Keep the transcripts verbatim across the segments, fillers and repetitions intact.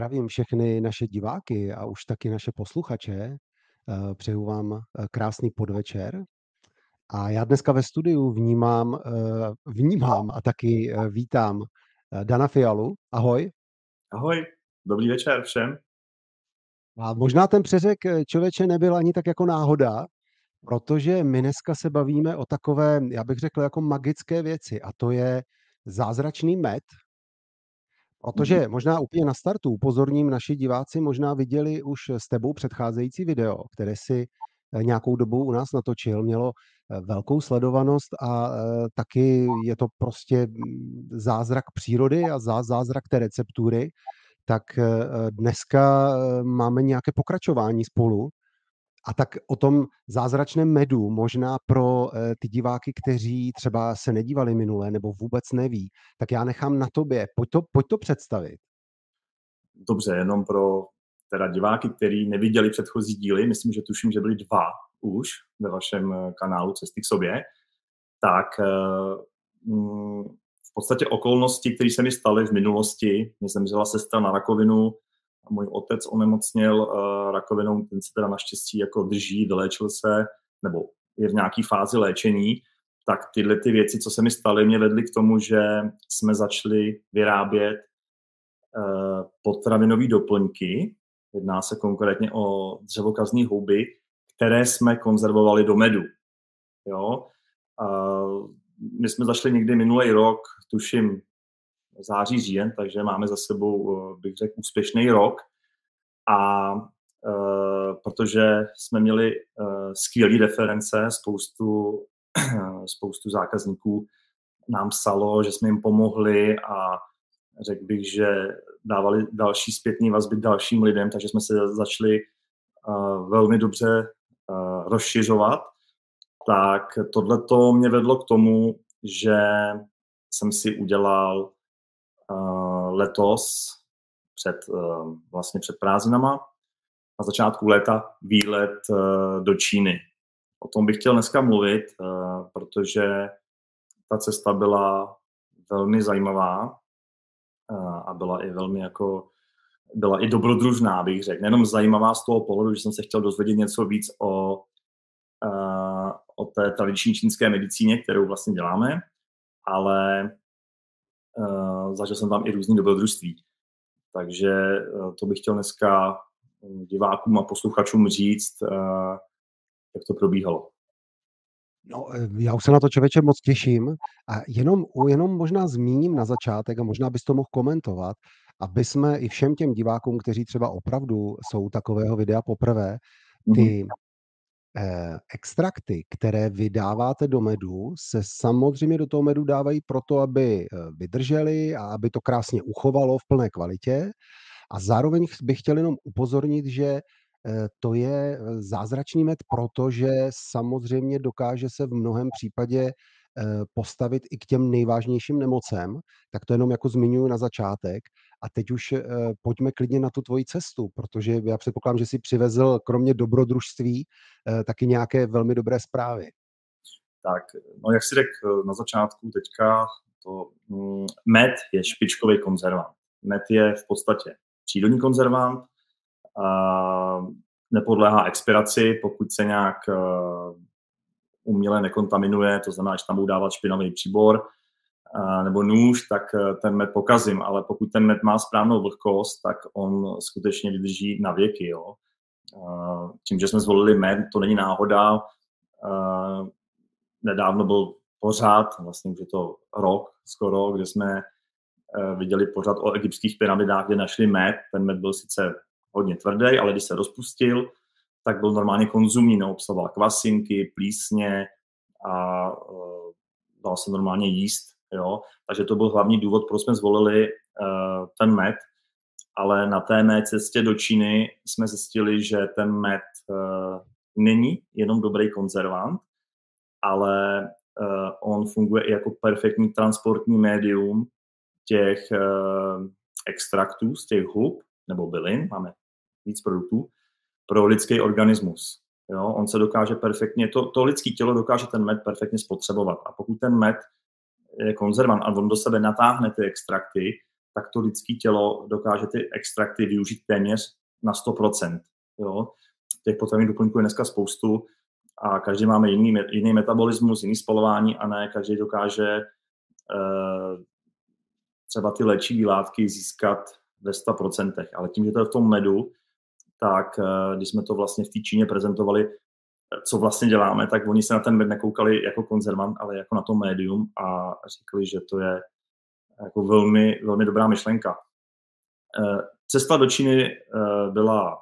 zdravím všechny naše diváky a už taky naše posluchače. Eh, Přeju vám eh, krásný podvečer. A já dneska ve studiu vnímám, eh, vnímám a taky eh, vítám eh, Dana Fialu. Ahoj. Ahoj, dobrý večer všem. A možná ten přeřek eh, člověče nebyl ani tak jako náhoda, protože my dneska se bavíme o takové, já bych řekl, jako magické věci, a to je zázračný med. Mhm. Protože možná úplně na startu upozorním, naši diváci možná viděli už s tebou předcházející video, které si eh, nějakou dobu u nás natočil, mělo eh, velkou sledovanost a eh, taky je to prostě mm, zázrak přírody a zá- zázrak té receptury. Tak eh, dneska eh, máme nějaké pokračování spolu a tak o tom zázračném medu možná pro eh, ty diváky, kteří třeba se nedívali minule nebo vůbec neví, tak já nechám na tobě. Pojď to, pojď to představit. Dobře, jenom pro teda diváky, kteří neviděli předchozí díly, myslím, že tuším, že byly dva už ve vašem eh, kanálu Cesty k sobě, tak eh, mm, v podstatě okolnosti, které se mi staly v minulosti, mě zemřela sestra na rakovinu a můj otec onemocněl uh, rakovinou, ten se teda naštěstí jako drží, vyléčil se, nebo je v nějaké fázi léčení, tak tyhle ty věci, co se mi staly, mě vedly k tomu, že jsme začali vyrábět uh, potravinové doplňky. Jedná se konkrétně o dřevokazní houby, které jsme konzervovali do medu. Jo? Uh, my jsme zašli někdy minulý rok, tuším září, říjen, takže máme za sebou, bych řekl, úspěšný rok. A uh, protože jsme měli uh, skvělé reference, spoustu, spoustu zákazníků nám psalo, že jsme jim pomohli a řekl bych, že dávali další zpětné vazby dalším lidem, takže jsme se začali uh, velmi dobře uh, rozšiřovat. Tak tohleto mě vedlo k tomu, že jsem si udělal uh, letos před, uh, vlastně před prázdninama na začátku léta výlet uh, do Číny. O tom bych chtěl dneska mluvit, uh, protože ta cesta byla velmi zajímavá uh, a byla i velmi jako byla i dobrodružná, bych řekl. Nejenom zajímavá z toho pohledu, že jsem se chtěl dozvědět něco víc o uh, o té tradiční čínské medicíně, kterou vlastně děláme, ale uh, zažil jsem tam i různý dobrodružství. Takže uh, to bych chtěl dneska divákům a posluchačům říct, uh, jak to probíhalo. No, já už se na to, člověče, moc těším a jenom, jenom možná zmíním na začátek a možná bys to mohl komentovat, aby jsme i všem těm divákům, kteří třeba opravdu jsou takového videa poprvé, Mhm. ty eh, extrakty, které vydáváte do medu, se samozřejmě do toho medu dávají proto, aby eh, vydržely a aby to krásně uchovalo v plné kvalitě. A zároveň bych chtěl jenom upozornit, že eh, to je eh, zázračný med, protože samozřejmě dokáže se v mnohém případě eh, postavit i k těm nejvážnějším nemocem. Tak to jenom jako zmiňuji na začátek. A teď už eh, pojďme klidně na tu tvoji cestu, protože já předpokládám, že jsi přivezl kromě dobrodružství eh, taky nějaké velmi dobré zprávy. Tak, no jak si řekl na začátku teďka, to mm, med je špičkový konzervant. Med je v podstatě přírodní konzervant, a nepodléhá expiraci, pokud se nějak uh, uměle nekontaminuje, to znamená, že tam budu dávat špinavý příbor uh, nebo nůž, tak uh, ten med pokazím, ale pokud ten med má správnou vlhkost, tak on skutečně vydrží na věky. Jo? Uh, tím, že jsme zvolili med, to není náhoda. Uh, nedávno byl pořád, vlastně už je to rok skoro, kde jsme uh, viděli pořád o egyptských pyramidách, kde našli med. Ten med byl sice hodně tvrdý, ale když se rozpustil, tak byl normálně konzumní, neobsahoval kvasinky, plísně a uh, dal se normálně jíst. Jo? Takže to byl hlavní důvod, proč jsme zvolili uh, ten med. Ale na té mé cestě do Číny jsme zjistili, že ten med uh, není jenom dobrý konzervant, ale uh, on funguje i jako perfektní transportní médium těch uh, extraktů z těch hub nebo bylin, máme víc produktů, pro lidský organismus. Jo? On se dokáže perfektně, to, to lidské tělo dokáže ten med perfektně spotřebovat. A pokud ten med je konzervant a on do sebe natáhne ty extrakty, tak to lidské tělo dokáže ty extrakty využít téměř na sto procent. Jo? Těch potravinných doplňků je dneska spoustu a každý máme jiný, jiný metabolismus, jiný spalování a ne každý dokáže eh, třeba ty léčivé látky získat ve sto procent. Ale tím, že to je v tom medu, tak eh, když jsme to vlastně v té Číně prezentovali, co vlastně děláme, tak oni se na ten med nekoukali jako konzervant, ale jako na to médium a řekli, že to je jako velmi, velmi dobrá myšlenka. Cesta do Číny byla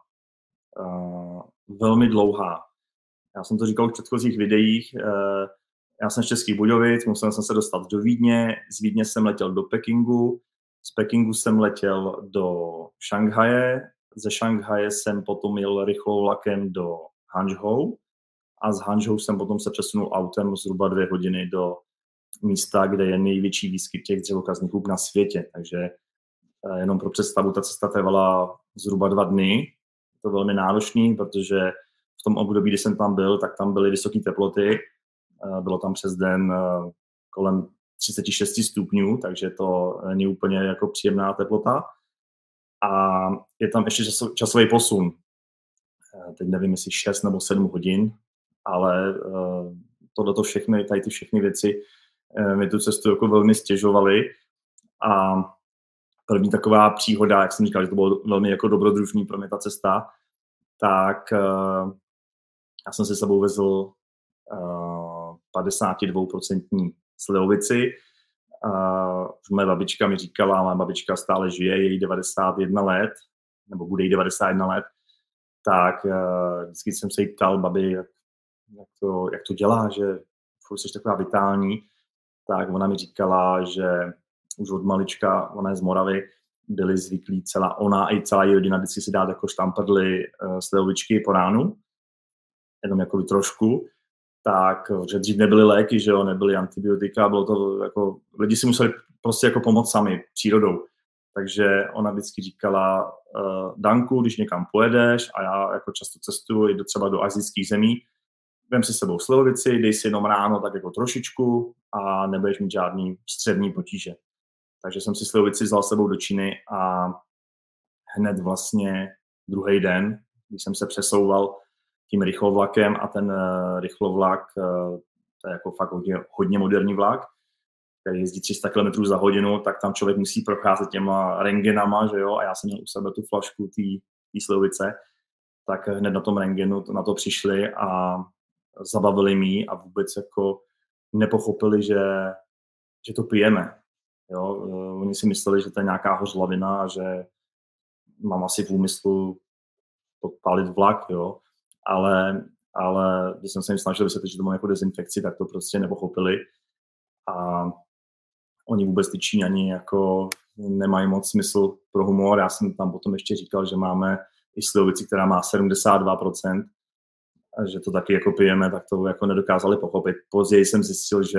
velmi dlouhá. Já jsem to říkal v předchozích videích. Já jsem z Českých Budějovic, musel jsem se dostat do Vídně, z Vídně jsem letěl do Pekingu, z Pekingu jsem letěl do Šanghaje, ze Šanghaje jsem potom jel rychlou vlakem do Hangzhou a z Hangzhou jsem potom se přesunul autem zhruba dvě hodiny do místa, kde je největší výskyt těch dřevokazných hub na světě. Takže jenom pro představu, ta cesta trvala zhruba dva dny. To velmi náročný, protože v tom období, kdy jsem tam byl, tak tam byly vysoké teploty. Bylo tam přes den kolem třicet šest stupňů, takže to není úplně jako příjemná teplota. A je tam ještě časový posun. Teď nevím, jestli šest nebo sedm hodin, ale tohleto všechny, tady ty všechny věci mi tu cestu jako velmi stěžovaly. A první taková příhoda, jak jsem říkal, že to bylo velmi jako dobrodružný pro mě ta cesta, tak já jsem si s sebou vezl padesát dva procent slivovici. Moje babička mi říkala, moje babička stále žije, je jí devadesát jedna let, nebo bude jí devadesát jedna let, tak vždycky jsem se jí ptal, babi, jak, jak, to, jak to dělá, že furt jsi taková vitální, tak ona mi říkala, že už od malička, ona je z Moravy, byli zvyklí celá ona i celá její rodina vždycky si dát jako štamprdly uh, slivovičky po ránu, jenom jako trošku, tak, že dřív nebyly léky, že jo, nebyly antibiotika, bylo to jako, lidi si museli prostě jako pomoct sami, přírodou. Takže ona vždycky říkala, uh, Danku, když někam pojedeš, a já jako často cestuji do, třeba do asijských zemí, vem si s sebou slivovici, dej si jenom ráno tak jako trošičku a nebudeš mít žádný střevní potíže. Takže jsem si slivovici vzal s sebou do Číny a hned vlastně druhý den, když jsem se přesouval tím rychlovlakem a ten uh, rychlovlak, uh, to je jako fakt hodně, hodně moderní vlak, který jezdí tři sta kilometrů za hodinu, tak tam člověk musí procházet těma rentgenama, že jo, a já jsem měl u sebe tu flašku té slivovice, tak hned na tom rentgenu na to přišli a zabavili mi a vůbec jako nepochopili, že, že to pijeme. Jo? Oni si mysleli, že to je nějaká hořlavina a že mám asi v úmyslu podpálit vlak, jo? Ale, ale když jsem se jim snažil vysvětlit, že to mám jako dezinfekci, tak to prostě nepochopili a oni vůbec ty Číňani jako nemají moc smysl pro humor. Já jsem tam potom ještě říkal, že máme i slivovici, která má sedmdesát dva procent, a že to taky jako pijeme, tak to jako nedokázali pochopit. Později jsem zjistil, že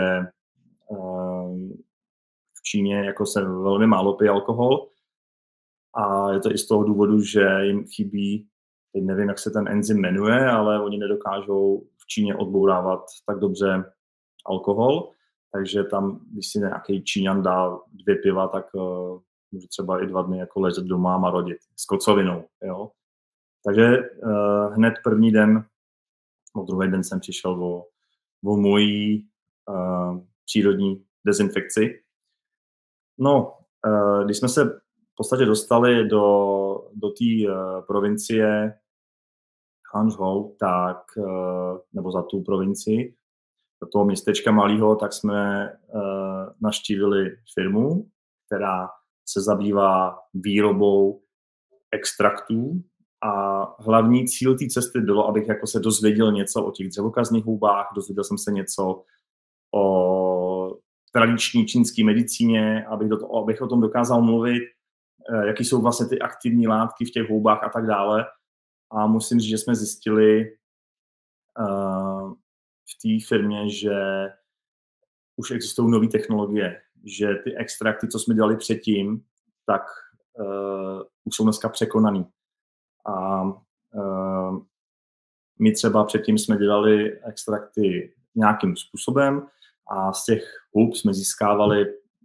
v Číně jako se velmi málo pije alkohol a je to i z toho důvodu, že jim chybí, teď nevím, jak se ten enzym jmenuje, ale oni nedokážou v Číně odbourávat tak dobře alkohol, takže tam, když si nějaký Číňan dá dvě piva, tak uh, může třeba i dva dny jako ležet doma a marodit s kocovinou, jo. Takže uh, hned první den, no druhý den jsem přišel o, o mojí uh, přírodní dezinfekci. No, uh, když jsme se v podstatě dostali do, do té uh, provincie Hangzhou, tak, uh, nebo za tu provincii, do toho městečka malého, tak jsme uh, navštívili firmu, která se zabývá výrobou extraktů a hlavní cíl té cesty bylo, abych jako se dozvěděl něco o těch dřevokazných hubách, dozvěděl jsem se něco o tradiční čínské medicíně, abych, do toho, abych o tom dokázal mluvit, uh, jaký jsou vlastně ty aktivní látky v těch houbách a tak dále. A musím říct, že jsme zjistili uh, v té firmě, že už existují nové technologie, že ty extrakty, co jsme dělali předtím, tak uh, už jsou dneska překonaný. A uh, my třeba předtím jsme dělali extrakty nějakým způsobem a z těch hub jsme získávali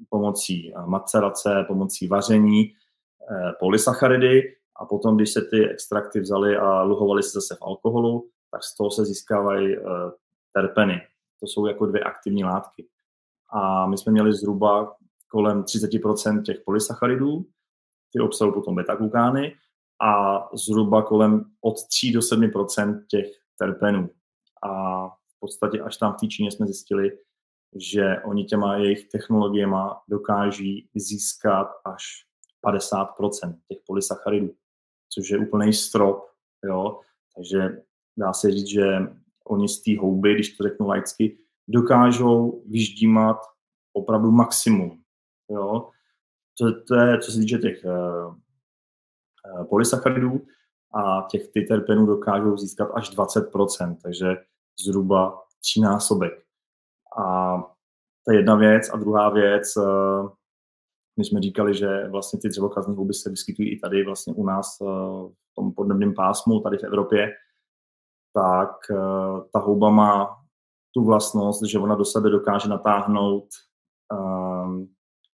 pomocí macerace, pomocí vaření, polysacharidy a potom, když se ty extrakty vzaly a luhovaly se zase v alkoholu, tak z toho se získávají terpeny. To jsou jako dvě aktivní látky. A my jsme měli zhruba kolem třicet procent těch polysacharidů, ty obsahují potom beta-glukány a zhruba kolem od tří do sedmi procent těch terpenů. A v podstatě až tam v té Číně jsme zjistili, že oni těma jejich technologiema dokáží získat až padesát procent těch polysacharidů, což je úplný strop. Jo? Takže dá se říct, že oni z té houby, když to řeknu laicky, dokážou vyždímat opravdu maximum. Jo? To, to je, co se týče těch uh, uh, polysacharidů a těch ty terpenů dokážou získat až dvacet procent, takže zhruba třínásobek. A to je jedna věc. A druhá věc, uh, my jsme říkali, že vlastně ty dřevokazní houby se vyskytují i tady vlastně u nás uh, v tom podnebném pásmu, tady v Evropě, tak uh, ta houba má tu vlastnost, že ona do sebe dokáže natáhnout um,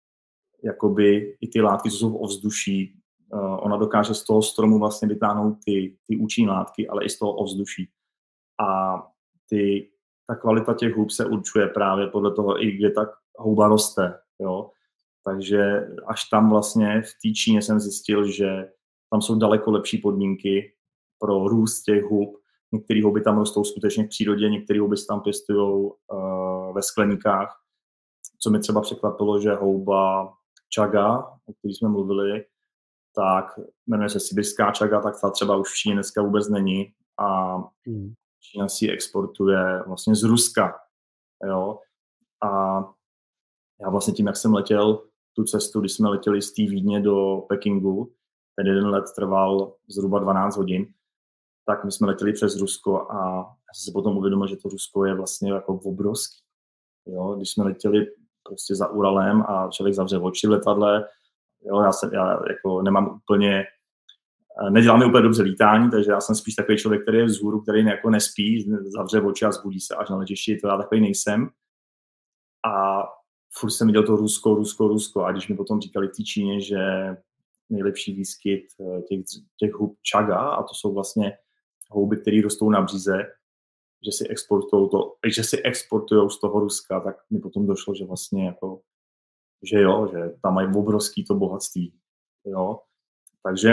jakoby i ty látky, co jsou v ovzduší. Uh, ona dokáže z toho stromu vlastně vytáhnout ty, ty účinné látky, ale i z toho ovzduší. A ty, ta kvalita těch hub se určuje právě podle toho, i kde ta houba roste. Jo? Takže až tam vlastně v té Číně jsem zjistil, že tam jsou daleko lepší podmínky pro růst těch hub. Některé houby tam rostou skutečně v přírodě, některé houby se tam pěstují uh, ve skleníkách. Co mi třeba překvapilo, že houba chaga, o které jsme mluvili, tak jmenuje se sibirská chaga, tak ta třeba už v Číně dneska vůbec není a Čína si ji exportuje vlastně z Ruska. Jo? A já vlastně tím, jak jsem letěl tu cestu, když jsme letěli z té Vídně do Pekingu, ten jeden let trval zhruba dvanáct hodin, tak my jsme letěli přes Rusko a já jsem se potom uvědomil, že to Rusko je vlastně jako obrovský. Jo? Když jsme letěli prostě za Uralem a člověk zavře oči v letadle, jo? Já, se, já jako nemám úplně, nedělám mi úplně dobře lítání, takže já jsem spíš takový člověk, který je vzhůru, který jako nespí, zavře oči a zbudí se až na letišti, to já takový nejsem. A furt jsem viděl to Rusko, Rusko, Rusko a když mi potom říkali v té Číně, že nejlepší výskyt těch, těch hub chaga, a to jsou vlastně houby, které rostou na břize, že si exportujou to, že si exportujou z toho Ruska, tak mi potom došlo, že vlastně jako, že jo, že tam mají obrovský to bohatství, jo. Takže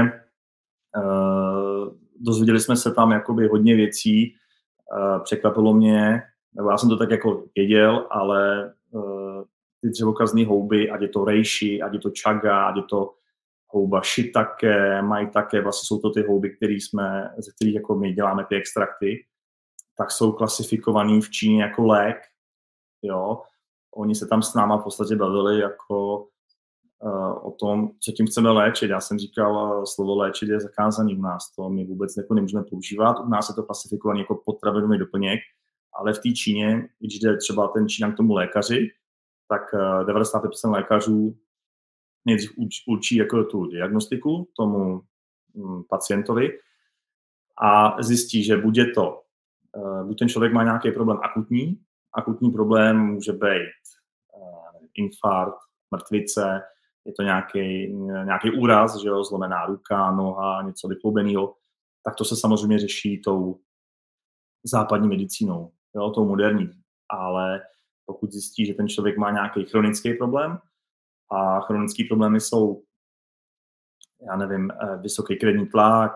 uh, dozvěděli jsme se tam jakoby hodně věcí, uh, překvapilo mě, nebo já jsem to tak jako věděl, ale uh, ty dřevokazné houby, ať je to reishi, ať je to chaga, ať je to houba shiitake, maitake, vlastně jsou to ty houby, které jsme, ze kterých jako my děláme ty extrakty, tak jsou klasifikovaný v Číně jako lék, jo. Oni se tam s náma v podstatě bavili jako uh, o tom, co tím chceme léčit. Já jsem říkal, slovo léčit je zakázaný u nás, to my vůbec jako nemůžeme používat. U nás je to klasifikovaný jako potravinový doplněk, ale v té Číně, když jde třeba ten Číňan k tomu lékaři, tak uh, devadesát pět procent lékařů nejdřív určí jako tu diagnostiku tomu mm, pacientovi a zjistí, že buď je to, uh, buď ten člověk má nějaký problém akutní, akutní problém může být uh, infarkt, mrtvice, je to nějaký, nějaký úraz, že jo, zlomená ruka, noha, něco vykloubeného, tak to se samozřejmě řeší tou západní medicínou, jo, tou moderní. Ale pokud zjistí, že ten člověk má nějaký chronický problém, a chronické problémy jsou, já nevím, vysoký krevní tlak,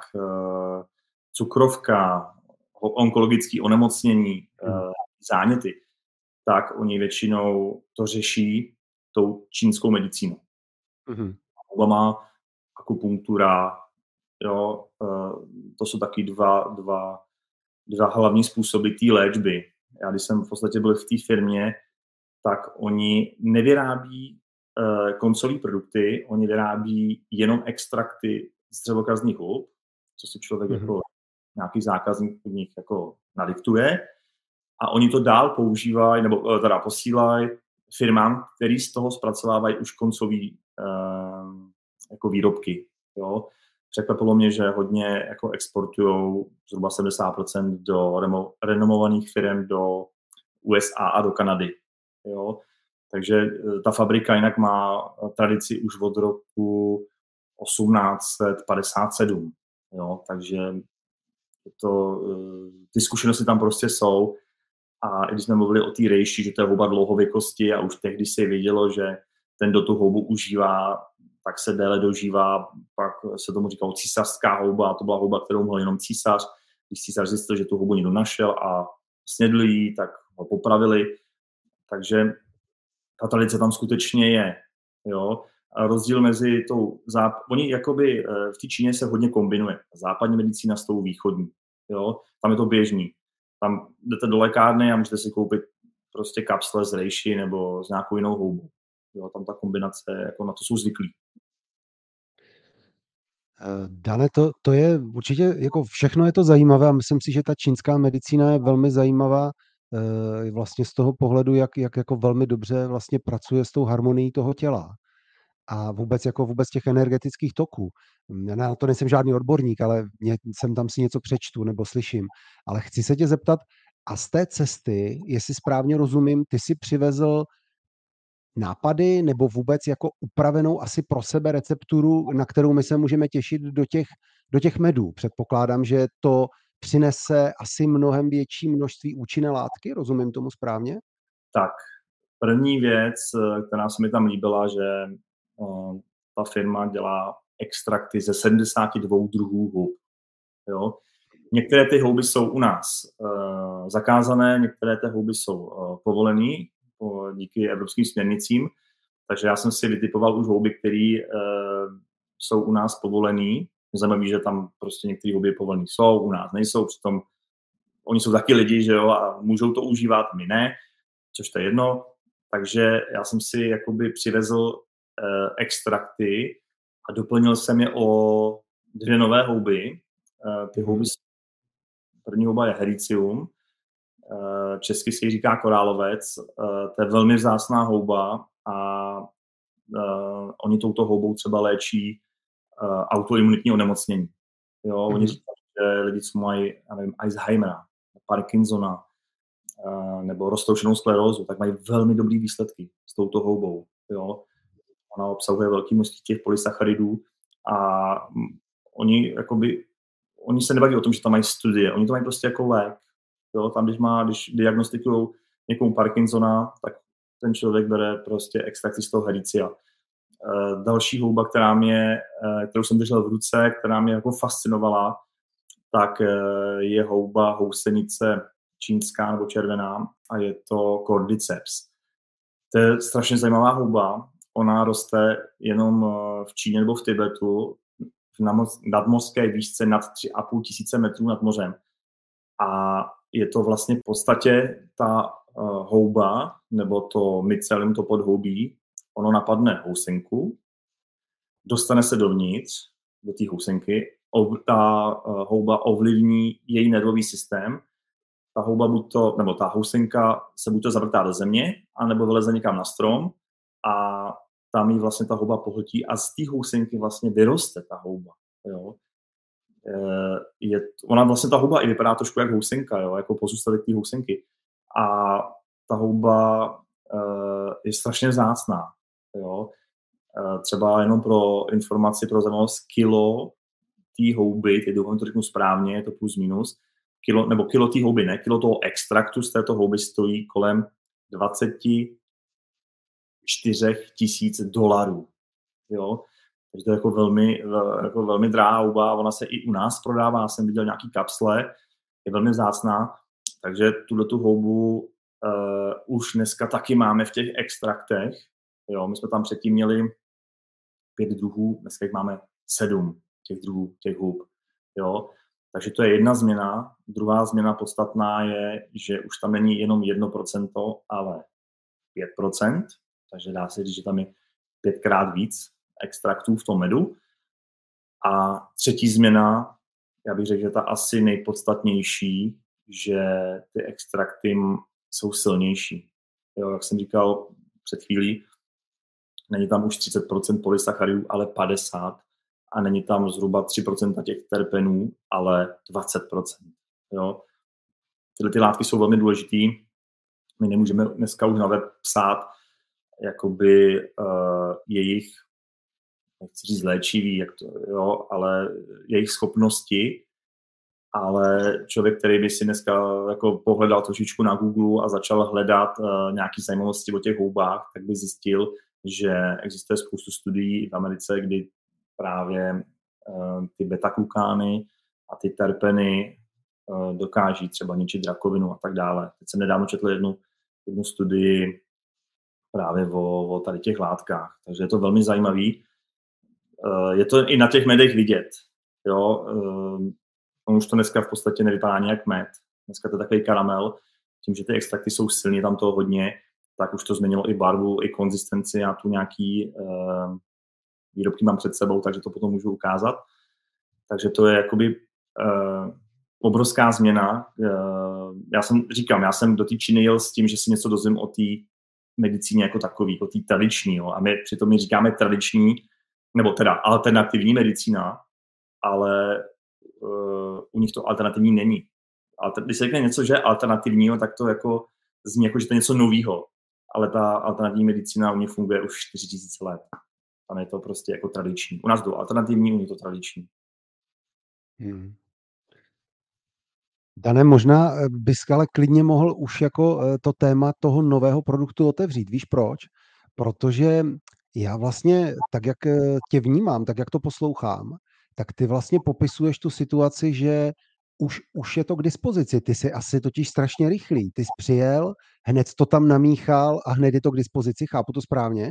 cukrovka, onkologické onemocnění, záněty, tak oni většinou to řeší tou čínskou medicínou. Mm-hmm. Má akupunktura, jo, to jsou taky dva, dva, dva hlavní způsoby té léčby. Já když jsem v podstatě byl v té firmě, tak oni nevyrábí koncové produkty, oni vyrábí jenom extrakty z dřevokazních hub, co si člověk mm-hmm. jako nějaký zákazník od nich jako nadiktuje a oni to dál používají, nebo teda posílají firmám, který z toho zpracovávají už koncový uh, jako výrobky. Jo. Překvapilo mě, že hodně jako exportujou zhruba sedmdesát procent do remo, renomovaných firm do U S A a do Kanady. Jo. Takže ta fabrika jinak má tradici už od roku osmnáct set padesát sedm. Jo? Takže to, ty zkušenosti tam prostě jsou. A i když jsme mluvili o té rejši, že to je houba dlouhověkosti a už tehdy se vědělo, že ten, kdo tu houbu užívá, tak se déle dožívá, pak se tomu říkalo císařská houba, a to byla houba, kterou mohl jenom císař. Když císař zjistil, že tu houbu někdo našel a snědl ji, tak ho popravili. Takže ta tradice tam skutečně je. Jo? A rozdíl mezi tou záp- Oni jakoby v té Číně se hodně kombinuje. Západní medicína s tou východní. Jo? Tam je to běžný. Tam jdete do lékárny a můžete si koupit prostě kapsle z rejši nebo s nějakou jinou houbou. Jo? Tam ta kombinace, jako na to jsou zvyklí. Dane, to, to je určitě, jako všechno je to zajímavé a myslím si, že ta čínská medicína je velmi zajímavá e, vlastně z toho pohledu, jak, jak jako velmi dobře vlastně pracuje s tou harmonií toho těla a vůbec jako vůbec těch energetických toků. Já na to nejsem žádný odborník, ale mě, jsem tam si něco přečtu nebo slyším. Ale chci se tě zeptat, a z té cesty, jestli správně rozumím, ty si přivezl nápady nebo vůbec jako upravenou asi pro sebe recepturu, na kterou my se můžeme těšit do těch, do těch medů. Předpokládám, že to přinese asi mnohem větší množství účinné látky, rozumím tomu správně? Tak, první věc, která se mi tam líbila, že uh, ta firma dělá extrakty ze sedmdesáti dvou druhů hub. Jo? Některé ty houby jsou u nás uh, zakázané, některé ty houby jsou uh, povolené uh, díky evropským směrnicím, takže já jsem si vytipoval už houby, které uh, jsou u nás povolené. Zajímavé, že tam prostě některé houby povolené jsou, u nás nejsou, přitom oni jsou taky lidi, že jo, a můžou to užívat, my ne, což to je jedno. Takže já jsem si jakoby přivezl uh, extrakty a doplnil jsem je o dvě nové houby. Uh, ty houby, první houba je Hericium, uh, česky se jí říká korálovec, uh, to je velmi vzácná houba a uh, oni touto houbou třeba léčí uh, autoimunitní onemocnění. Jo, mm-hmm. Oni říkají, že lidi, co mají, já nevím, Alzheimera, Parkinsona, uh, nebo roztroušenou sklerózu, tak mají velmi dobrý výsledky s touto houbou. Jo. Ona obsahuje velké množství těch polysacharidů a oni, jakoby, oni se nebaví o tom, že tam mají studie, oni to mají prostě jako lék. Jo. Tam, když, má, když diagnostikují někomu Parkinsona, tak ten člověk bere prostě extrakty z toho hericia. Uh, další houba, která mě, uh, kterou jsem držel v ruce, která mě jako fascinovala, tak uh, je houba housenice čínská nebo červená a je to Cordyceps. To je strašně zajímavá houba. Ona roste jenom v Číně nebo v Tibetu v nadmořské výšce nad tři a půl tisíce metrů nad mořem. A je to vlastně v podstatě ta uh, houba, nebo to mycelium, to podhoubí, ono napadne housenku, dostane se dovnitř, do té housenky, ov, ta uh, houba ovlivní její nervový systém. Ta houba buď to, nebo ta housenka se buď to zavrtá do země, anebo vyleze někam na strom a tam jí vlastně ta houba pohltí a z té housenky vlastně vyroste ta houba. Jo. Je, ona vlastně ta houba i vypadá trošku jak housenka, jo, jako pozůstatek té housenky. A ta houba uh, je strašně vzácná. Jo. Uh, třeba jenom pro informaci, pro zajímavost, kilo té houby, teď doufám, to řeknu správně, je to plus minus, kilo, nebo kilo té houby, ne, kilo toho extraktu z této houby stojí kolem dvacet čtyři tisíc dolarů. Jo. Takže to je jako velmi, jako velmi drahá houba, ona se i u nás prodává, já jsem viděl nějaký kapsle, je velmi vzácná, takže tu houbu uh, už dneska taky máme v těch extraktech. Jo, my jsme tam předtím měli pět druhů, dneska jich máme sedm těch druhů, těch hub. Jo. Takže to je jedna změna. Druhá změna podstatná je, že už tam není jenom jedno procento, ale pět procent, takže dá se říct, že tam je pětkrát víc extraktů v tom medu. A třetí změna, já bych řekl, že ta asi nejpodstatnější, že ty extrakty jsou silnější. Jo, jak jsem říkal před chvílí, není tam už třicet procent polysacharidů, ale padesát a není tam zhruba tři procenta těch terpenů, ale dvacet procent. Jo. Tyhle ty látky jsou velmi důležitý. My nemůžeme dneska už na web psát, jakoby uh, jejich, nechci říct léčivý, jak to, jo, ale jejich schopnosti, ale člověk, který by si dneska jako pohledal trošičku na Google a začal hledat uh, nějaké zajímavosti o těch houbách, tak by zjistil, že existuje spoustu studií v Americe, kdy právě uh, ty beta-glukány a ty terpeny uh, dokáží třeba ničit rakovinu a tak dále. Teď jsem nedávno četl jednu, jednu studii právě o, o tady těch látkách, takže je to velmi zajímavý. Uh, je to i na těch medech vidět, jo. Uh, On už to dneska v podstatě nevypadá nějak med. Dneska to je takový karamel. Tím, že ty extrakty jsou silný, tam toho hodně, tak už to změnilo i barvu, i konzistenci. Já tu nějaký uh, výrobky mám před sebou, takže to potom můžu ukázat. Takže to je jakoby uh, obrovská změna. Uh, já jsem, říkám, já jsem do té Číny jel s tím, že si něco dozvím o té medicíně jako takový, o té tradiční. Jo. A my přitom my říkáme tradiční, nebo teda alternativní medicína, ale Uh, u nich to alternativní není. Alter, když se řekne něco, že je alternativního, tak to jako zní jako, že to je něco novýho. Ale ta alternativní medicína u nich funguje už čtyři tisíce let. Tam je to prostě jako tradiční. U nás to alternativní, u nich to tradiční. Hmm. Dané, možná bys ale klidně mohl už jako to téma toho nového produktu otevřít. Víš proč? Protože já vlastně, tak jak tě vnímám, tak jak to poslouchám, tak ty vlastně popisuješ tu situaci, že už, už je to k dispozici. Ty jsi asi totiž strašně rychlý. Ty jsi přijel, hned to tam namíchal a hned je to k dispozici. Chápu to správně?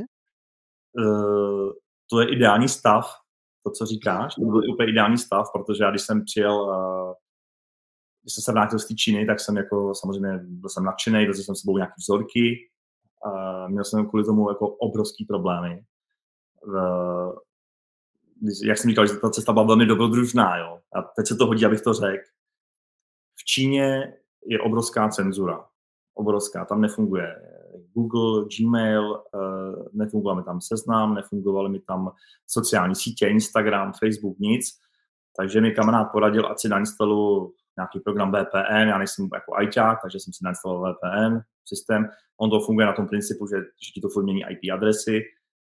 Uh, to je ideální stav, to, co říkáš. To byl úplně ideální stav, protože já, když jsem přijel, uh, když jsem se vrátil z té Číny, tak jsem jako samozřejmě byl jsem nadšený, vezl jsem s sebou nějaké vzorky. Uh, měl jsem kvůli tomu jako obrovský problémy. Uh, jak jsem říkal, že ta cesta byla velmi dobrodružná, jo. A teď se to hodí, abych to řekl. V Číně je obrovská cenzura. Obrovská. Tam nefunguje Google, Gmail, nefungoval mi tam Seznam, nefungovaly mi tam sociální sítě, Instagram, Facebook, nic. Takže mi kamarád poradil, ať si nainstaluji nějaký program V P N, já nejsem jako ajťák, takže jsem si nainstaloval V P N systém. On to funguje na tom principu, že, že ti to furt mění I P adresy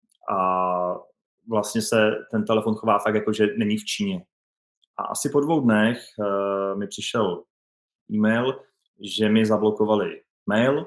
a vlastně se ten telefon chová tak, jako že není v Číně. A asi po dvou dnech uh, mi přišel e-mail, že mi zablokovali mail,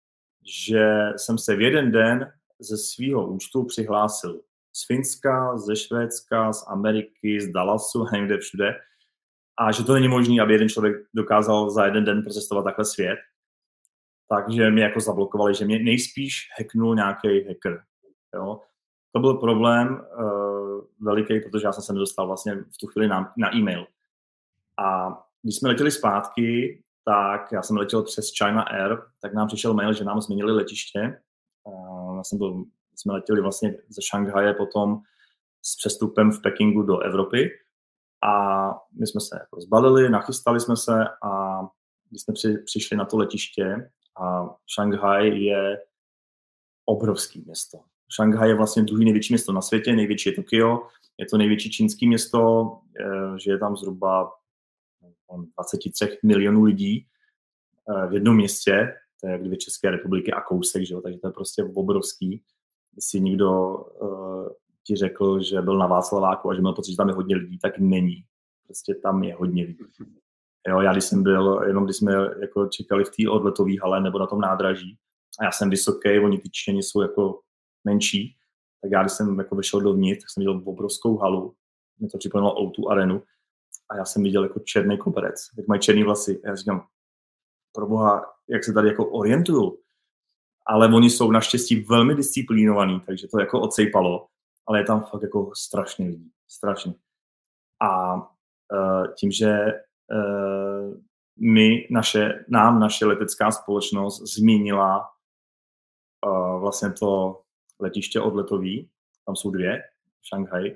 že jsem se v jeden den ze svého účtu přihlásil z Finska, ze Švédska, z Ameriky, z Dallasu, někde všude. A že to není možné, aby jeden člověk dokázal za jeden den procestovat takhle svět. Takže mě jako zablokovali, že mě nejspíš hacknul nějaký hacker. Jo? To byl problém uh, veliký, protože já jsem se nedostal vlastně v tu chvíli na, na e-mail. A když jsme letěli zpátky, tak já jsem letěl přes China Air, tak nám přišel mail, že nám změnili letiště. Uh, já jsem byl, jsme letěli vlastně ze Šanghaje potom s přestupem v Pekingu do Evropy. A my jsme se jako zbalili, nachystali jsme se a když jsme při, přišli na to letiště, a Šanghaj je obrovský město. Šanghaj je vlastně druhý největší město na světě, největší je Tokio, je to největší čínské město, že je tam zhruba dvacet tři milionů lidí v jednom městě, to je jak dvě České republiky a kousek, že jo? Takže to je prostě obrovský. Jestli někdo uh, ti řekl, že byl na Václaváku a že měl pocit, že tam je hodně lidí, tak není. Prostě tam je hodně lidí. Jo, já když jsem byl, jenom když jsme jako čekali v té odletové hale nebo na tom nádraží, a já jsem vysoký, oni ty Číňani jsou jako menší, tak já když jsem jako vešel dovnitř, tak jsem viděl obrovskou halu, mě to připomnělo ó dva arenu, a já jsem viděl jako černý koberec, jak mají černý vlasy. A já říkám, proboha, jak se tady jako orientuju. Ale oni jsou naštěstí velmi disciplinovaní, takže to jako odsejpalo, ale je tam fakt jako strašně lidí, strašně. A uh, tím, že uh, my, naše, nám naše letecká společnost změnila uh, vlastně to letiště odletový, tam jsou dvě, v Šanghaji,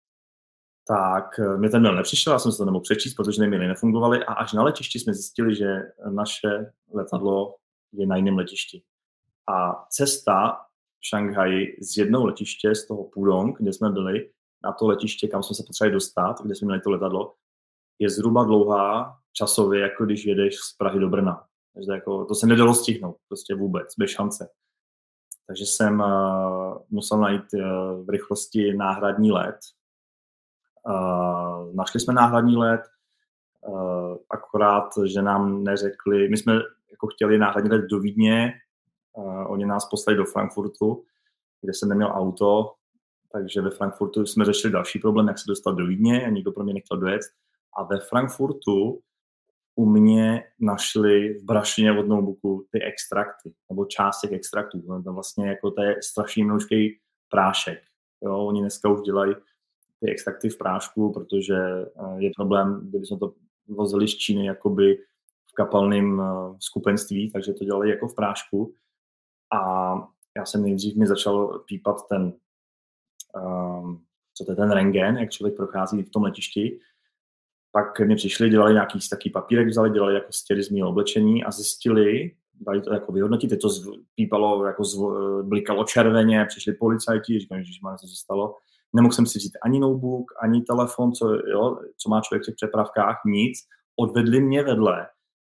tak mě ten mail nepřišel, já jsem se to nemohl přečíst, protože maily nefungovaly a až na letišti jsme zjistili, že naše letadlo je na jiném letišti. A cesta v Šanghaji z jednoho letiště, z toho Pudong, kde jsme byli, na to letiště, kam jsme se potřebovali dostat, kde jsme měli to letadlo, je zhruba dlouhá časově, jako když jedeš z Prahy do Brna. Takže jako, to se nedalo stihnout, prostě vůbec, bez šance. Takže jsem uh, musel najít uh, v rychlosti náhradní let. Uh, našli jsme náhradní let, uh, akorát, že nám neřekli, my jsme jako chtěli náhradní let do Vídně, uh, oni nás poslali do Frankfurtu, kde jsem neměl auto, takže ve Frankfurtu jsme řešili další problém, jak se dostat do Vídně, a nikdo pro mě nechtěl dojet. A ve Frankfurtu u mě našli v brašině od notebooku ty extrakty, nebo část těch extraktů. To vlastně jako to je strašný množkej prášek. Jo, oni dneska už dělají ty extrakty v prášku, protože je problém, kdyby jsme to vozili z Číny jakoby v kapalném skupenství, takže to dělali jako v prášku. A já jsem nejdřív mi začal pípat ten, um, co to je ten rentgen, jak člověk prochází v tom letišti. Pak mi přišli, dělali nějaký taký papírek, vzali, dělali jako stěry z mého oblečení a zjistili, dali to jako vyhodnotit, to pípalo, jako zv- blikalo červeně, přišli policajti, říkali, že má, co se stalo. Nemohl jsem si vzít ani notebook, ani telefon, co, jo, co má člověk v těch přepravkách, nic. Odvedli mě vedle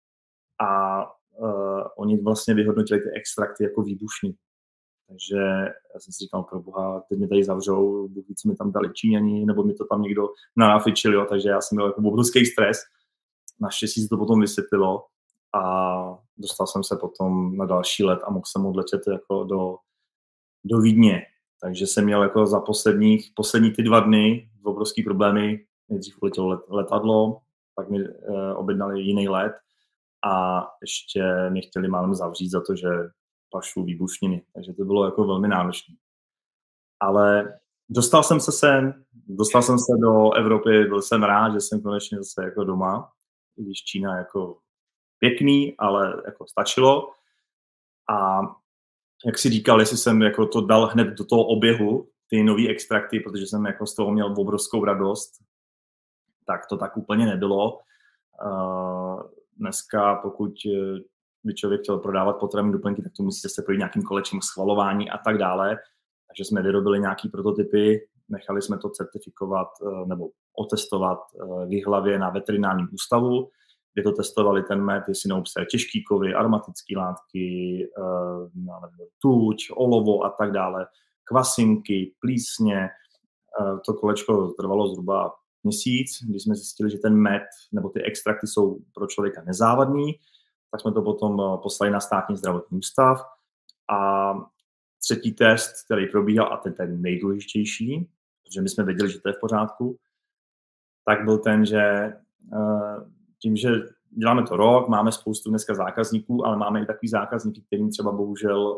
a uh, oni vlastně vyhodnotili ty extrakty jako výbušný. Takže já jsem si říkal, pro boha, teď mě tady zavřou, Bůh ví, co mi tam dali Číňani, nebo mi to tam někdo nafičil, jo, takže já jsem měl jako obrovský stres. Naštěstí se to potom vysvětlilo a dostal jsem se potom na další let a mohl jsem odletět jako do, do Vídně. Takže jsem měl jako za posledních, poslední ty dva dny obrovský problémy. Nejdřív uletělo let, letadlo, pak mi e, objednali jiný let a ještě mě chtěli málem zavřít za to, že pašu výbušniny. Takže to bylo jako velmi náročné. Ale dostal jsem se sem, dostal jsem se do Evropy, byl jsem rád, že jsem konečně zase jako doma, i když Čína jako pěkný, ale jako stačilo. A jak si říkal, jestli jsem jako to dal hned do toho oběhu, ty nový extrakty, protože jsem jako z toho měl obrovskou radost, tak to tak úplně nebylo. Uh, dneska, pokud by člověk chtěl prodávat potravní doplňky, tak to musíte se projít nějakým kolečím schvalování a tak dále. Takže jsme vyrobili nějaký prototypy, nechali jsme to certifikovat nebo otestovat v Jihlavě na veterinárním ústavu, kde to testovali ten med, jestli neobsahuje těžký kovy, aromatické látky, tuť, olovo a tak dále, kvasinky, plísně. To kolečko trvalo zhruba měsíc, kdy jsme zjistili, že ten med nebo ty extrakty jsou pro člověka nezávadný, tak jsme to potom poslali na státní zdravotní ústav. A třetí test, který probíhal, a ten ten nejdůležitější, protože my jsme věděli, že to je v pořádku, tak byl ten, že tím, že děláme to rok, máme spoustu dneska zákazníků, ale máme i takový zákazníky, kterým třeba bohužel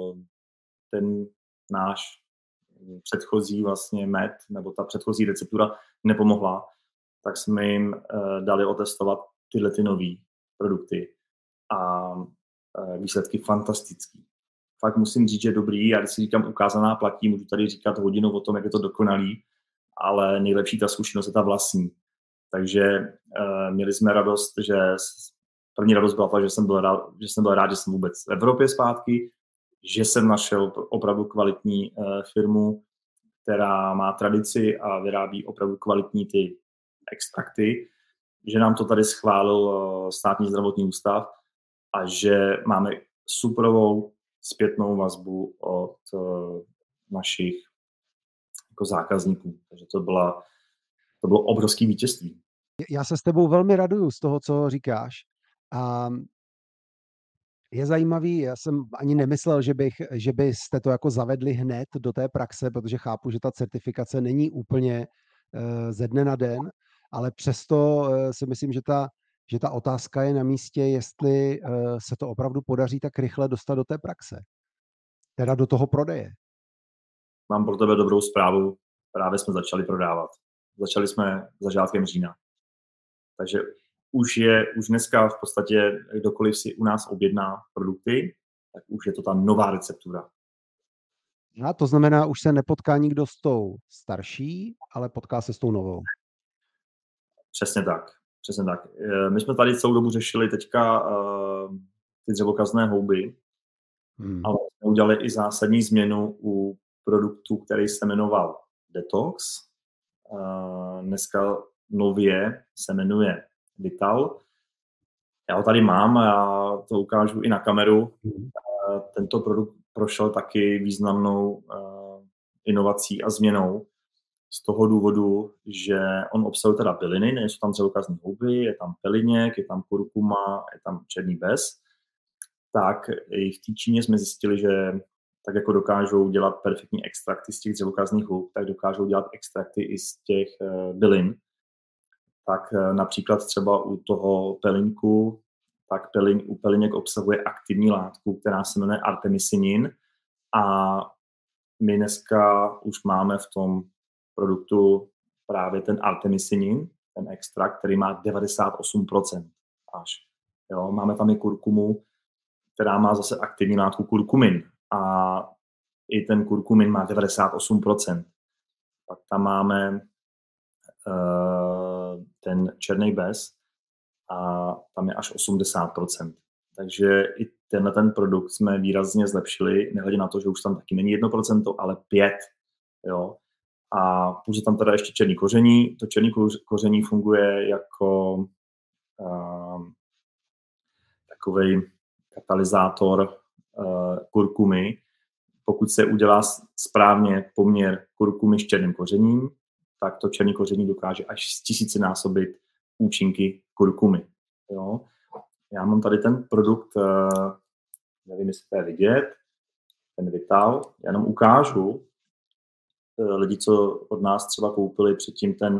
ten náš předchozí vlastně med, nebo ta předchozí receptura nepomohla, tak jsme jim dali otestovat tyhle ty nový produkty. A výsledky fantastický. Fakt musím říct, že dobrý. Já když si říkám ukázaná platí, můžu tady říkat hodinu o tom, jak je to dokonalý, ale nejlepší ta zkušenost je ta vlastní. Takže uh, měli jsme radost, že první radost byla ta, že jsem byl rád, že jsem byl rád, že jsem vůbec v Evropě zpátky, že jsem našel opravdu kvalitní uh, firmu, která má tradici a vyrábí opravdu kvalitní ty extrakty, že nám to tady schválil uh, státní zdravotní ústav a že máme superovou zpětnou vazbu od uh, našich jako zákazníků. Takže to, byla, to bylo obrovské vítězství. Já se s tebou velmi raduju z toho, co říkáš. A je zajímavý, já jsem ani nemyslel, že, bych, že byste to jako zavedli hned do té praxe, protože chápu, že ta certifikace není úplně uh, ze dne na den, ale přesto uh, si myslím, že ta že ta otázka je na místě, jestli uh, se to opravdu podaří tak rychle dostat do té praxe. Teda do toho prodeje. Mám pro tebe dobrou zprávu. Právě jsme začali prodávat. Začali jsme začátkem října. Takže už je, už dneska v podstatě kdokoliv si u nás objedná produkty, tak už je to ta nová receptura. A to znamená, už se nepotká nikdo s tou starší, ale potká se s tou novou. Přesně tak. Přesně tak. My jsme tady celou dobu řešili teďka uh, ty dřevokazné houby, hmm. ale jsme udělali i zásadní změnu u produktu, který se jmenoval Detox. Uh, dneska nově se jmenuje Vital. Já ho tady mám a já to ukážu i na kameru. Hmm. Uh, tento produkt prošel taky významnou uh, inovací a změnou z toho důvodu, že on obsahuje teda byliny, nejsou tam dřevokazní houby, je tam peliněk, je tam kurkuma, je tam černý bez. Tak i v té Číně jsme zjistili, že tak jako dokážou dělat perfektní extrakty z těch dřevokazních hub, tak dokážou dělat extrakty i z těch uh, bylin. Tak uh, například třeba u toho pelinku, tak pelin, u peliněk obsahuje aktivní látku, která se jmenuje artemisinin a my dneska už máme v tom produktu právě ten artemisinin, ten extrakt, který má devadesát osm procent až. Jo, máme tam i kurkumu, která má zase aktivní látku kurkumin a i ten kurkumin má devadesát osm procent. Pak tam máme uh, ten černý bez a tam je až osmdesát procent. Takže i tenhle ten produkt jsme výrazně zlepšili, nehledě na to, že už tam taky není jedno procento, ale pět. Jo. A pouze tam teda ještě černý koření. To černý koření funguje jako uh, takovej katalyzátor uh, kurkumy. Pokud se udělá správně poměr kurkumy s černým kořením, tak to černý koření dokáže až z tisícinásobit účinky kurkumy. Jo. Já mám tady ten produkt, uh, nevím, jestli to je vidět, ten Vital. Já jenom ukážu uh, lidi, co od nás třeba koupili předtím ten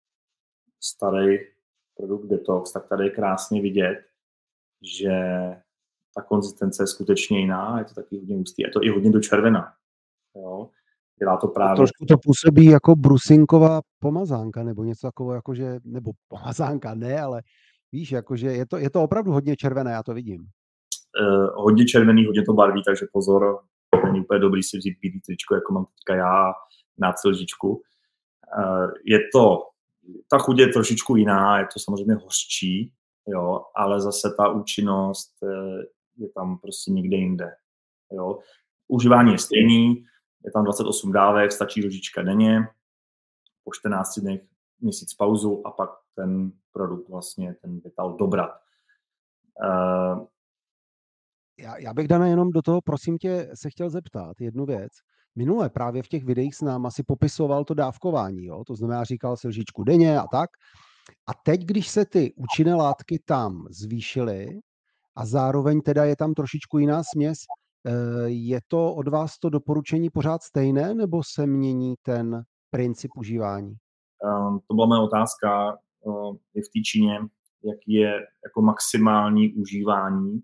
starý produkt Detox, tak tady je krásně vidět, že ta konzistence je skutečně jiná, je to taky hodně hustý, je to i hodně do červena. Jo. Dělá to právě... Trošku to působí jako brusinková pomazánka, nebo něco takového, jakože, nebo pomazánka ne, ale víš, jakože je to, je to opravdu hodně červené, já to vidím. Uh, hodně červený, hodně to barví, takže pozor, není úplně dobrý si vzít bílý tričko, jako mám teďka já na lžičku. Uh, je to, ta chuť je trošičku jiná, je to samozřejmě hořčí, jo, ale zase ta účinnost je tam prostě někde jinde. Jo. Užívání je stejný, je tam dvacet osm dávek, stačí lžička denně, po čtrnácti dnech měsíc pauzu a pak ten produkt vlastně, ten Vital dobrat. Uh, já, já bych, Dana, jenom do toho, prosím tě, se chtěl zeptat jednu věc. Minule právě v těch videích s náma si popisoval to dávkování, jo? To znamená, říkal si lžičku denně a tak. A teď, když se ty účinné látky tam zvýšily a zároveň teda je tam trošičku jiná směs, je to od vás to doporučení pořád stejné, nebo se mění ten princip užívání? Um, to byla moje otázka, uh, je v té Číně, jak je jako maximální užívání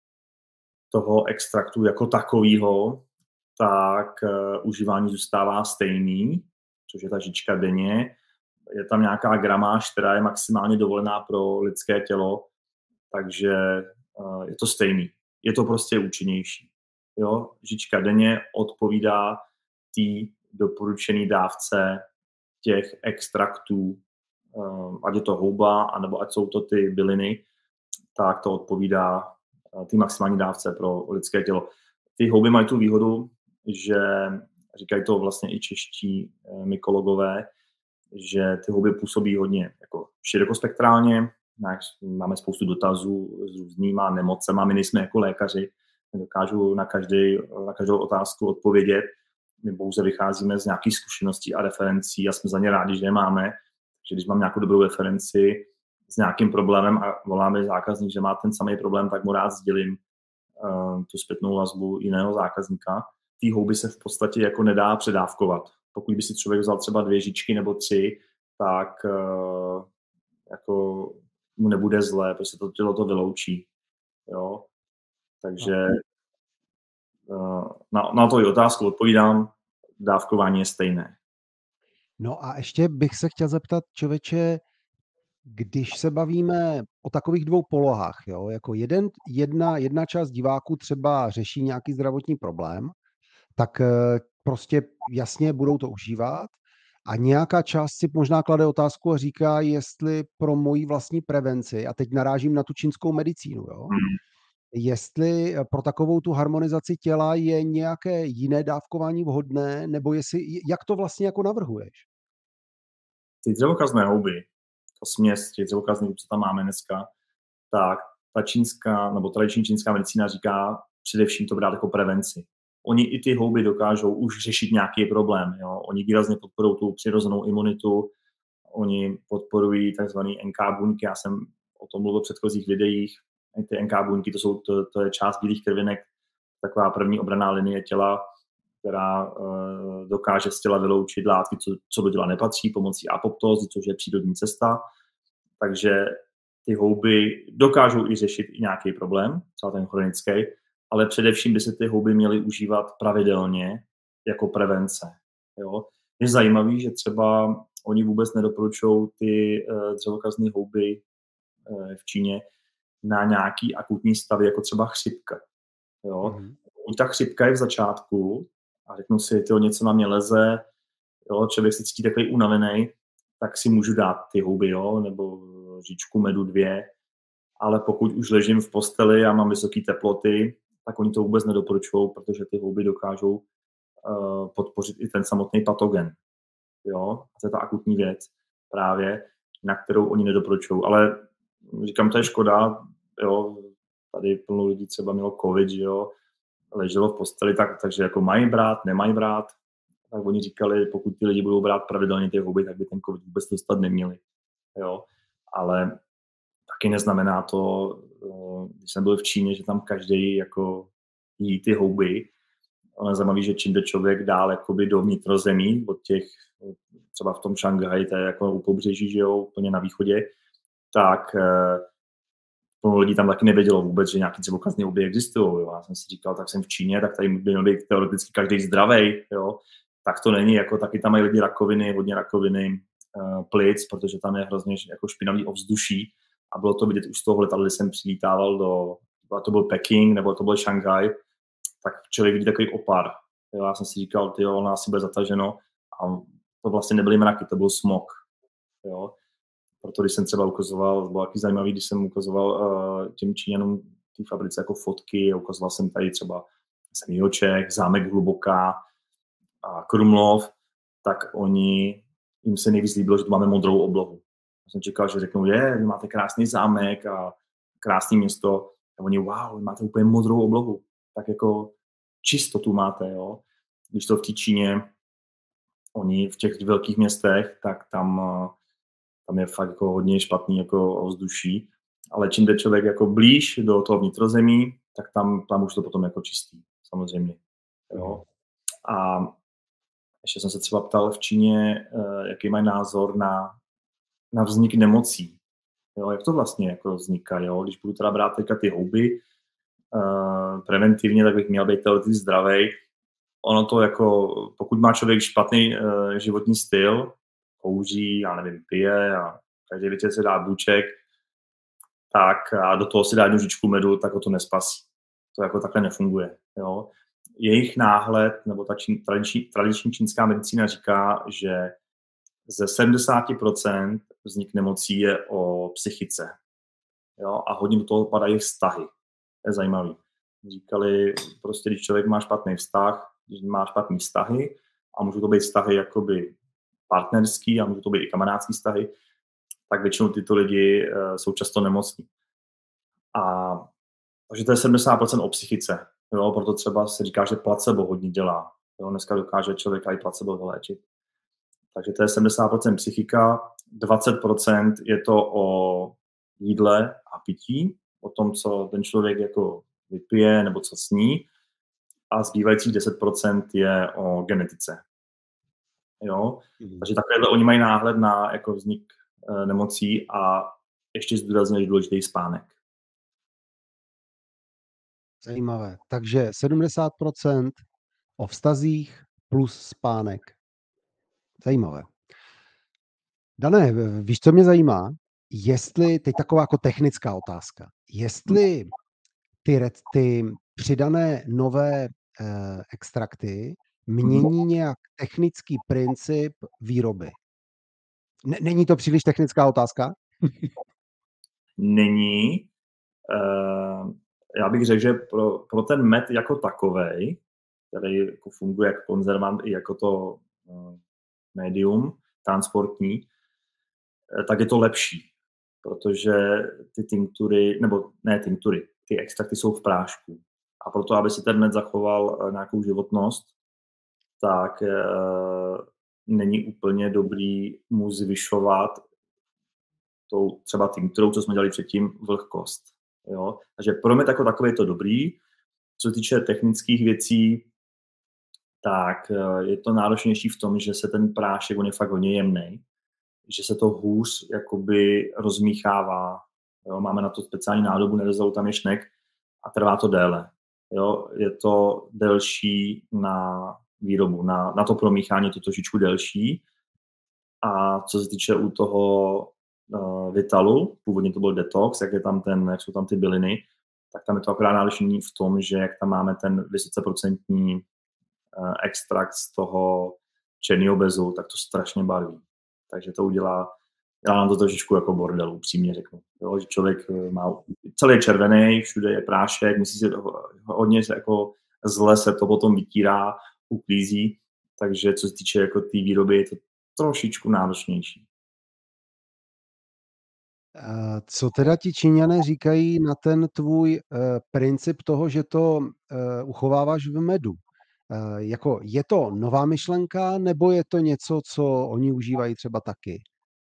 toho extraktu jako takového, tak uh, užívání zůstává stejný, což je ta lžička denně. Je tam nějaká gramáž, která je maximálně dovolená pro lidské tělo, takže uh, je to stejný. Je to prostě účinnější. Jo? Lžička denně odpovídá té doporučené dávce těch extraktů, uh, ať je to houba, anebo ať jsou to ty byliny, tak to odpovídá uh, té maximální dávce pro lidské tělo. Ty houby mají tu výhodu, že říkají to vlastně i čeští uh, mykologové, že ty houby působí hodně jako širokospektrálně. Máme spoustu dotazů s různýma nemocema, my nejsme jako lékaři, nedokážu na, každý, na každou otázku odpovědět. My pouze vycházíme z nějakých zkušeností a referencí a jsme za ně rádi, že je máme. Takže když mám nějakou dobrou referenci s nějakým problémem a voláme zákazník, že má ten samý problém, tak mu rád sdělím uh, tu zpětnou vazbu jiného zákazníka. Ty houby se v podstatě jako nedá předávkovat. Pokud by si člověk vzal třeba dvě žičky nebo tři, tak uh, jako mu nebude zlé, protože to tělo to vyloučí. Jo? Takže uh, na, na to i otázku odpovídám, dávkování je stejné. No a ještě bych se chtěl zeptat, člověče, když se bavíme o takových dvou polohách, jo, jako jeden, jedna, jedna část diváků třeba řeší nějaký zdravotní problém, tak prostě jasně budou to užívat a nějaká část si možná klade otázku a říká, jestli pro moji vlastní prevenci, a teď narážím na tu čínskou medicínu, jo, hmm. jestli pro takovou tu harmonizaci těla je nějaké jiné dávkování vhodné, nebo jestli, jak to vlastně jako navrhuješ? Ty dřevokazné houby, ta směs těch dřevokazných, co tam máme dneska, tak ta čínská, nebo tradiční čínská medicína říká především to brát jako prevenci. oni i ty houby dokážou už řešit nějaký problém. Jo? Oni výrazně podporují tu přirozenou imunitu, oni podporují takzvané N K buňky, já jsem o tom mluvil v předchozích videích. Ty N K buňky, to, jsou, to, to je část bílých krvinek, taková první obranná linie těla, která uh, dokáže z těla vyloučit látky, co, co do těla nepatří, pomocí apoptózy, což je přírodní cesta. Takže ty houby dokážou i řešit i nějaký problém, třeba ten chronický, ale především by se ty houby měly užívat pravidelně jako prevence. Jo? Je zajímavý, že třeba oni vůbec nedoporučují ty uh, dřevokazné houby uh, v Číně na nějaký akutní stavy, jako třeba chřipka. Jo? Mm-hmm. Ta chřipka je v začátku a řeknu si, tyjo, něco na mě leze, jo, člověk se cítí takový unavený, tak si můžu dát ty houby, jo, nebo říčku medu dvě, ale pokud už ležím v posteli a mám vysoké teploty, tak oni to vůbec nedoporučují, protože ty houby dokážou uh, podpořit i ten samotný patogen. Jo, to je ta akutní věc právě, na kterou oni nedoporučují. Ale říkám, to je škoda, jo, tady plno lidí třeba mělo covid, že jo, leželo v posteli, tak, takže jako mají brát, nemají brát, tak oni říkali, pokud ty lidi budou brát pravidelně ty houby, tak by ten covid vůbec dostat neměli. Jo, ale taky neznamená to, když jsem byl v Číně, že tam každý jako jí ty houby. Ono je zajímavé, že čím jde člověk dál jakoby do vnitrozemí, od těch, třeba v tom Šanghaji, to je jako u pobřeží, že jo, úplně na východě, tak plno lidí tam taky nevědělo vůbec, že nějaký dřevokazný houby existují. Já jsem si říkal, tak jsem v Číně, tak tady by měl být teoreticky každý zdravej, jo. Tak to není, jako taky tam mají lidi rakoviny, hodně rakoviny uh, plic, protože tam je hrozně jako špinavý ovzduší a bylo to vidět už z toho letadla, když jsem přilítával do, to byl Peking nebo to byl Šanghaj, tak člověk vidí takový opar. Jo. Já jsem si říkal, tyjo, ono asi bude zataženo a to vlastně nebyly mraky, to byl smog. Jo. Proto když jsem třeba ukazoval, bylo taky zajímavý, když jsem ukazoval uh, těm Číňanům té fabrice jako fotky, ukazoval jsem tady třeba Semíoček, Zámek Hluboká a Krumlov, tak oni, jim se nejvíc líbilo, že tu máme modrou oblohu. Já jsem čekal, že řeknou, je, vy máte krásný zámek a krásné město. A oni, wow, vy máte úplně modrou oblohu. Tak jako čistotu máte, jo. Když to v té Číně, oni v těch velkých městech, tak tam tam je fakt jako hodně špatný jako ovzduší, ale čím jde člověk jako blíž do toho vnitrozemí, tak tam, tam už to potom jako čistý, samozřejmě. Jo. A ještě jsem se třeba ptal v Číně, jaký mají názor na, na vznik nemocí. Jo, jak to vlastně jako vzniká, jo? Když budu teda brát teďka ty houby uh, preventivně, tak bych měl být teoreticky zdravej. Ono to jako, pokud má člověk špatný uh, životní styl, kouří, já nevím, pije a každý večer se dá bůček, tak a do toho si dá jednu žičku medu, tak ho to nespasí. To jako takhle nefunguje. Jo. Jejich náhled, nebo ta čín, tradiční, tradiční čínská medicína říká, že ze sedmdesát procent vznik nemocí je o psychice. Jo, a hodně do toho padají vztahy. To je zajímavý. Říkali, prostě když člověk má špatný vztah, když má špatný vztahy, a můžou to být vztahy jakoby partnerský a můžou to být i kamarádský vztahy, tak většinou tyto lidi uh, jsou často nemocní. A takže to je sedmdesát procent o psychice. Jo, proto třeba se říká, že placebo hodně dělá. Jo, dneska dokáže člověka i placebo vyléčit. Takže to je sedmdesát procent psychika, dvacet procent je to o jídle a pití, o tom, co ten člověk jako vypije nebo co sní, a zbývajících deset procent je o genetice. Jo? Mm. Takže takhle oni mají náhled na jako vznik e, nemocí a ještě zdůraznili důležitý spánek. Zajímavé. Takže sedmdesát procent o vztazích plus spánek. Zajímavé. Dané, víš, co mě zajímá? Jestli, teď taková jako technická otázka, jestli ty, ty přidané nové eh, extrakty mění nějak technický princip výroby. Není to příliš technická otázka? Není. Uh, já bych řekl, že pro, pro ten med jako takovej, který jako funguje jako konzervant i jako to uh, médium transportní, tak je to lepší, protože ty tinktury, nebo ne tinktury, ty extrakty jsou v prášku. A proto, aby si ten med zachoval nějakou životnost, tak e, není úplně dobrý mu zvyšovat tou třeba tinkturou, co jsme dělali předtím, vlhkost. Jo? Takže pro mě jako takový je to dobrý. Co se týče technických věcí, tak je to náročnější v tom, že se ten prášek, on je fakt hodně jemnej, že se to hůř jakoby rozmíchává. Jo? Máme na to speciální nádobu, nerezou tam je šnek a trvá to déle. Jo? Je to delší na výrobu, na, na to promíchání je to trošičku delší. A co se týče u toho uh, Vitalu, původně to byl detox, jak, je tam ten, jak jsou tam ty byliny, tak tam je to akorát náročný v tom, že jak tam máme ten vysoce procentní uh, extrakt z toho černého bezu, tak to strašně barví. Takže to udělá, dělá nám to trošičku jako bordel, upřímně řeknu. Jo, že člověk má celý červený, všude je prášek, musí si hodně jako zle se to potom vytírá, uklízí, takže co se týče jako té tý výroby, je to trošičku náročnější. Co teda ti Číňané říkají na ten tvůj uh, princip toho, že to uh, uchováváš v medu? Uh, jako je to nová myšlenka, nebo je to něco, co oni užívají třeba taky?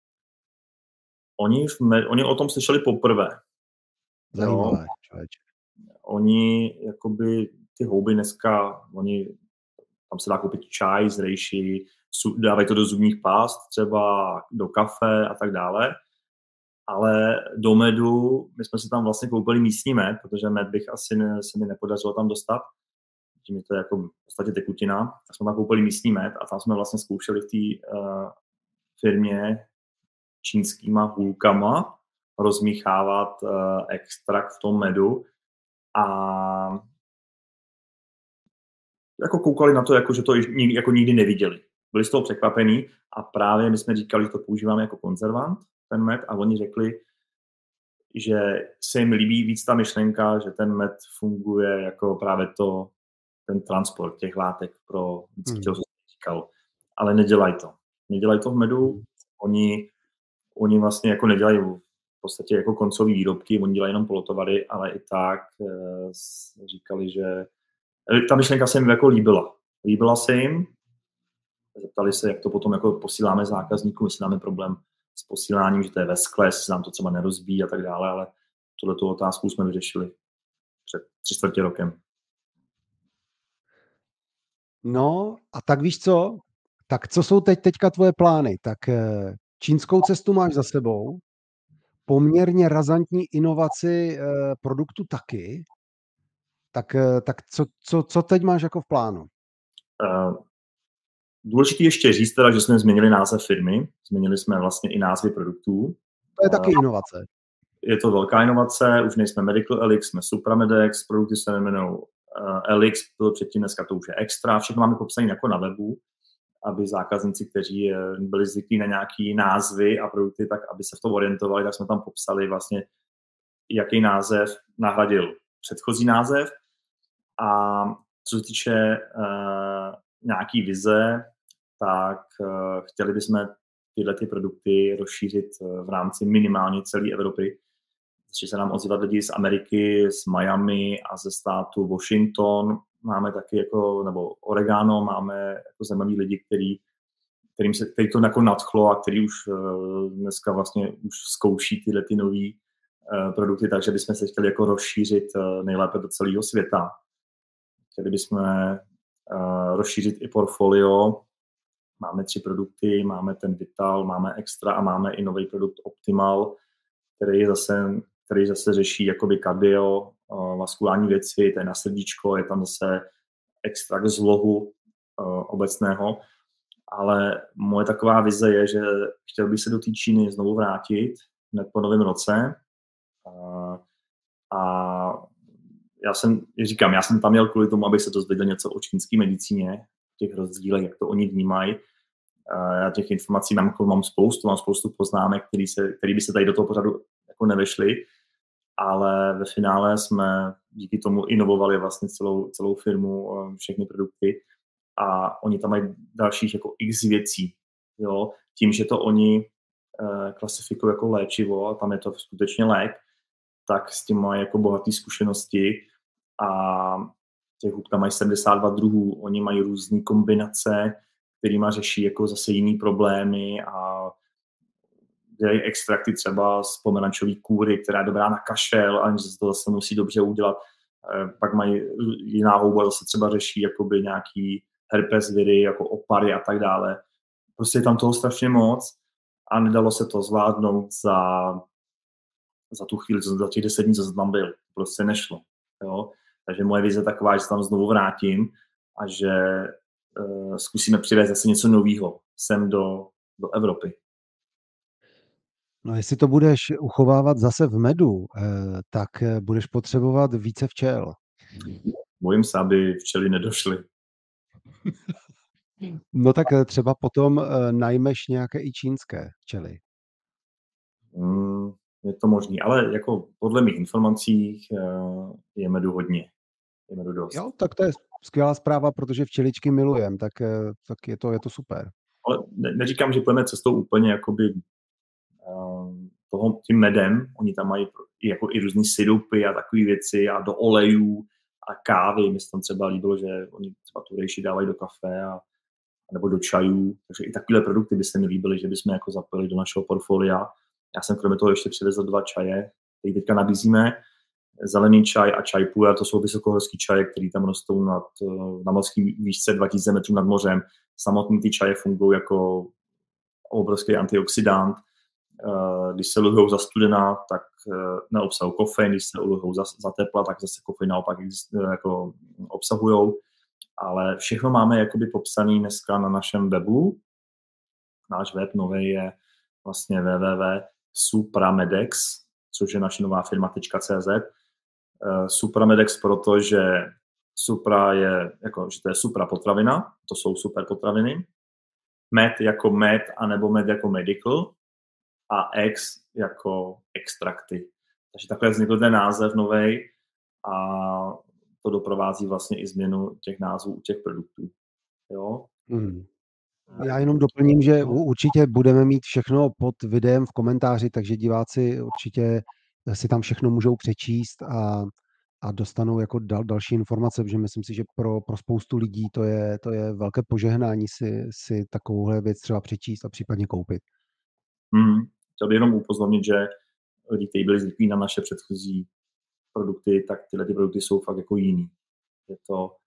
Oni, med, oni o tom slyšeli poprvé. Zajímavé, člověče. Oni, jakoby, ty houby dneska, oni, tam se dá koupit čaj z rejši, dávají to do zubních pást, třeba do kafe a tak dále. Ale do medu, my jsme si tam vlastně koupili místní med, protože med bych asi ne, se mi nepodařilo tam dostat. Tím je to jako v podstatě tekutina. Tak jsme tam koupili místní med a tam jsme vlastně zkoušeli v té uh, firmě čínskýma hůlkama rozmíchávat uh, extrakt v tom medu a jako koukali na to, jako, že to jako nikdy neviděli. Byli z toho překvapení a právě my jsme říkali, že to používáme jako konzervant, ten med, a oni řekli, že se jim líbí víc ta myšlenka, že ten med funguje jako právě to, ten transport těch látek pro vždycky tělo, co jsem říkal. Ale nedělají to. Nedělají to v medu, oni, oni vlastně jako nedělají v podstatě jako koncové výrobky, oni dělají jenom polotovary, ale i tak e, říkali, že ta myšlenka se jim jako líbila. Líbila se jim, zeptali se, jak to potom jako posíláme zákazníkům, jestli máme problém s posíláním, že to je ve skle, jestli nám to třeba nerozbíjí a tak dále, ale tuhletu otázku jsme vyřešili před tři čtvrtě rokem. No a tak víš co? Tak co jsou teď teďka tvoje plány? Tak čínskou cestu máš za sebou, poměrně razantní inovaci produktu taky, tak, tak co, co, co teď máš jako v plánu? Uh, důležité ještě říct teda, že jsme změnili název firmy, změnili jsme vlastně i názvy produktů. To je taky inovace. Je to velká inovace, už nejsme Medical Elix, jsme Supramedex, produkty se jmenují uh, Elix, bylo předtím, dneska to už je Extra, všechno máme popsané jako na webu, aby zákazníci, kteří byli zvyklí na nějaký názvy a produkty, tak aby se v tom orientovali, tak jsme tam popsali vlastně, jaký název nahradil předchozí název. A co se týče uh, nějaký vize, tak uh, chtěli bychom tyhle ty produkty rozšířit v rámci minimálně celé Evropy. Začali se nám ozývat lidi z Ameriky, z Miami a ze státu Washington. Máme taky jako, nebo Oregano, máme jako zajímavý lidi, který, kterým se, který to jako nadchlo a který už uh, dneska vlastně už zkouší tyhle ty nový uh, produkty, takže bychom se chtěli jako rozšířit uh, nejlépe do celého světa. Chtěli bychom uh, rozšířit i portfolio. Máme tři produkty, máme ten Vital, máme Extra a máme i nový produkt Optimal, který zase, který zase řeší jakoby kardio, uh, vaskulární věci, to je na srdíčko, je tam zase extrakt z lohu uh, obecného. Ale moje taková vize je, že chtěl bych se do té Číny znovu vrátit hned po novém roce. Uh, a já jsem, říkám, já jsem tam měl kvůli tomu, abych se dozvěděl něco o čínské medicíně, těch rozdílech, jak to oni vnímají. Já těch informací mám, mám spoustu, mám spoustu poznámek, který, se, který by se tady do toho pořadu jako nevešly, ale ve finále jsme díky tomu inovovali vlastně celou, celou firmu, všechny produkty a oni tam mají dalších jako x věcí. Jo? Tím, že to oni eh, klasifikují jako léčivo a tam je to skutečně lék, tak s tím mají jako bohaté zkušenosti a těch hub tam mají sedmdesát dva druhů, oni mají různé kombinace, kterýma řeší jako zase jiný problémy a dělají extrakty třeba z pomerančové kůry, která je dobrá na kašel, aniž se to zase musí dobře udělat. Pak mají jiná houba, zase třeba řeší jakoby nějaký herpes viry, jako opary a tak dále. Prostě je tam toho strašně moc a nedalo se to zvládnout za, za tu chvíli, za těch deset dní, co jsem tam byl. Prostě nešlo. Jo? Takže moje vize je taková, že se tam znovu vrátím a že uh, zkusíme přivést zase něco nového sem do, do Evropy. No jestli to budeš uchovávat zase v medu, eh, tak budeš potřebovat více včel. Bojím se, aby včely nedošly. No tak třeba potom eh, najmeš nějaké i čínské včely. Mm, je to možný, ale jako podle mých informací uh, je medu hodně. Je medu dost. Jo, tak to je skvělá zpráva, protože včeličky milujem, tak, tak je, to, je to super. Ale ne, neříkám, že půjdeme cestou úplně jakoby um, toho, tím medem. Oni tam mají i, jako i různý sirupy a takové věci a do olejů a kávy. Mně se tam třeba líbilo, že oni třeba turejši dávají do kafe a, nebo do čajů. Takže i takovéhle produkty by se mi líbily, že bychom jako zapojili do našeho portfolia. Já jsem kromě toho ještě přivezl dva čaje, které teďka nabízíme. Zelený čaj a čaj půl, to jsou vysokohorský čaje, které tam rostou nad, na mořské výšce dva tisíce metrů nad mořem. Samotný ty čaje fungují jako obrovský antioxidant. Když se luhou za studena, tak neobsahují kofein, když se luhou za, za tepla, tak zase kofein naopak jako obsahují. Ale všechno máme jakoby popsané dneska na našem webu. Náš web nový je vlastně w w w tečka supramedex, což je naše nová firma.cz. Supramedex, protože supra je, jako, že to je supra potravina, to jsou super potraviny. Med jako med, anebo med jako medical a ex jako extrakty. Takže takhle vznikl ten název novej a to doprovází vlastně i změnu těch názvů u těch produktů. Jo? Hmm. Já jenom doplním, že určitě budeme mít všechno pod videem v komentáři, takže diváci určitě si tam všechno můžou přečíst a, a dostanou jako dal, další informace, protože myslím si, že pro, pro spoustu lidí to je, to je velké požehnání si, si takovouhle věc třeba přečíst a případně koupit. Hmm. Chtěl bych jenom upozornit, že lidi, kteří byli zvyklí na naše předchozí produkty, tak tyhle ty produkty jsou fakt jako jiný. Je to,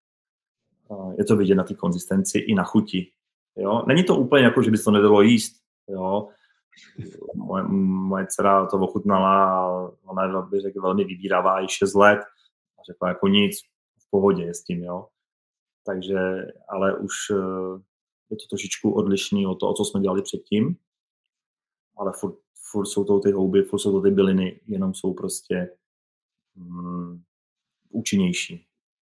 je to vidět na té konzistenci i na chuti. Jo? Není to úplně jako, že by se to nedalo jíst. Jo? Moje, moje dcera to ochutnala a ona by řekl velmi vybíravá, i šest let. A řekla jako nic, v pohodě je s tím. Jo? Takže, ale už je to trošičku odlišný od toho, co jsme dělali předtím. Ale furt, furt jsou to ty houby, furt jsou to ty byliny, jenom jsou prostě mm, účinnější.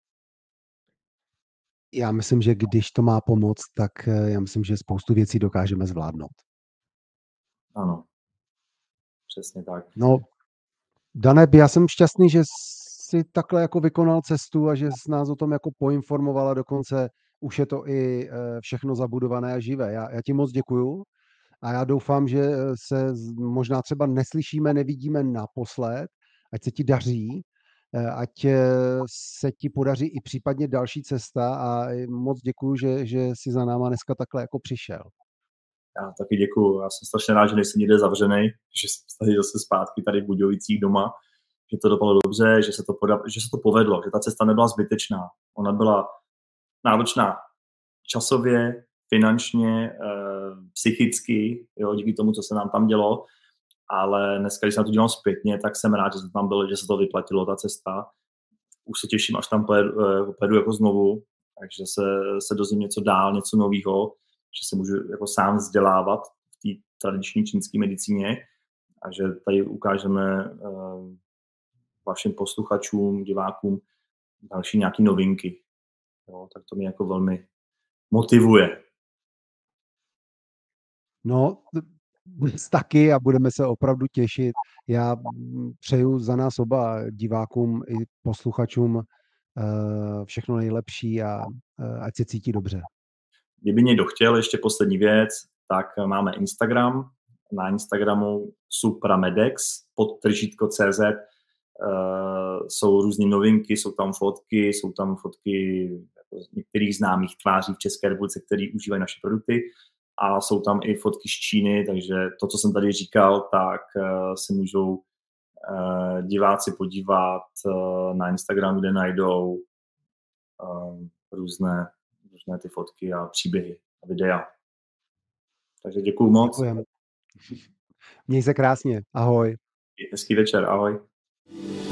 Já myslím, že když to má pomoct, tak já myslím, že spoustu věcí dokážeme zvládnout. Ano, přesně tak. No, Daneb, já jsem šťastný, že jsi takhle jako vykonal cestu a že jsi nás o tom jako poinformovala, dokonce už je to i všechno zabudované a živé. Já, já ti moc děkuju a já doufám, že se možná třeba neslyšíme, nevidíme naposled, ať se ti daří, ať se ti podaří i případně další cesta a moc děkuju, že, že jsi za náma dneska takhle jako přišel. Já taky děkuju. Já jsem strašně rád, že nejsem nikde zavřený, že jsem tady zase zpátky tady v Budějovicích doma, že to dopadlo dobře, že se to, poda- že se to povedlo, že ta cesta nebyla zbytečná. Ona byla náročná časově, finančně, e, psychicky, jo, díky tomu, co se nám tam dělo, ale dneska, když se na to dělám zpětně, tak jsem rád, že se tam bylo, že se to vyplatilo, ta cesta. Už se těším, až tam pojedu, pojedu jako znovu, takže se, se dozvím něco dál, něco nového, že se můžu jako sám vzdělávat v té tradiční čínské medicíně a že tady ukážeme uh, vašim posluchačům, divákům další nějaké novinky. Jo, tak to mě jako velmi motivuje. No, taky a budeme se opravdu těšit. Já přeju za nás oba divákům i posluchačům všechno nejlepší a ať se cítí dobře. Kdyby někdo chtěl ještě poslední věc, tak máme Instagram. Na Instagramu supramedex, podtržítko C Z. jsou různé novinky, jsou tam fotky, jsou tam fotky jako z některých známých tváří v České republice, který užívají naše produkty a jsou tam i fotky z Číny, takže to, co jsem tady říkal, tak se můžou diváci podívat na Instagram, kde najdou různé, různé ty fotky a příběhy a videa. Takže děkuju moc. Děkujeme. Měj se krásně. Ahoj. Hezký večer. Ahoj.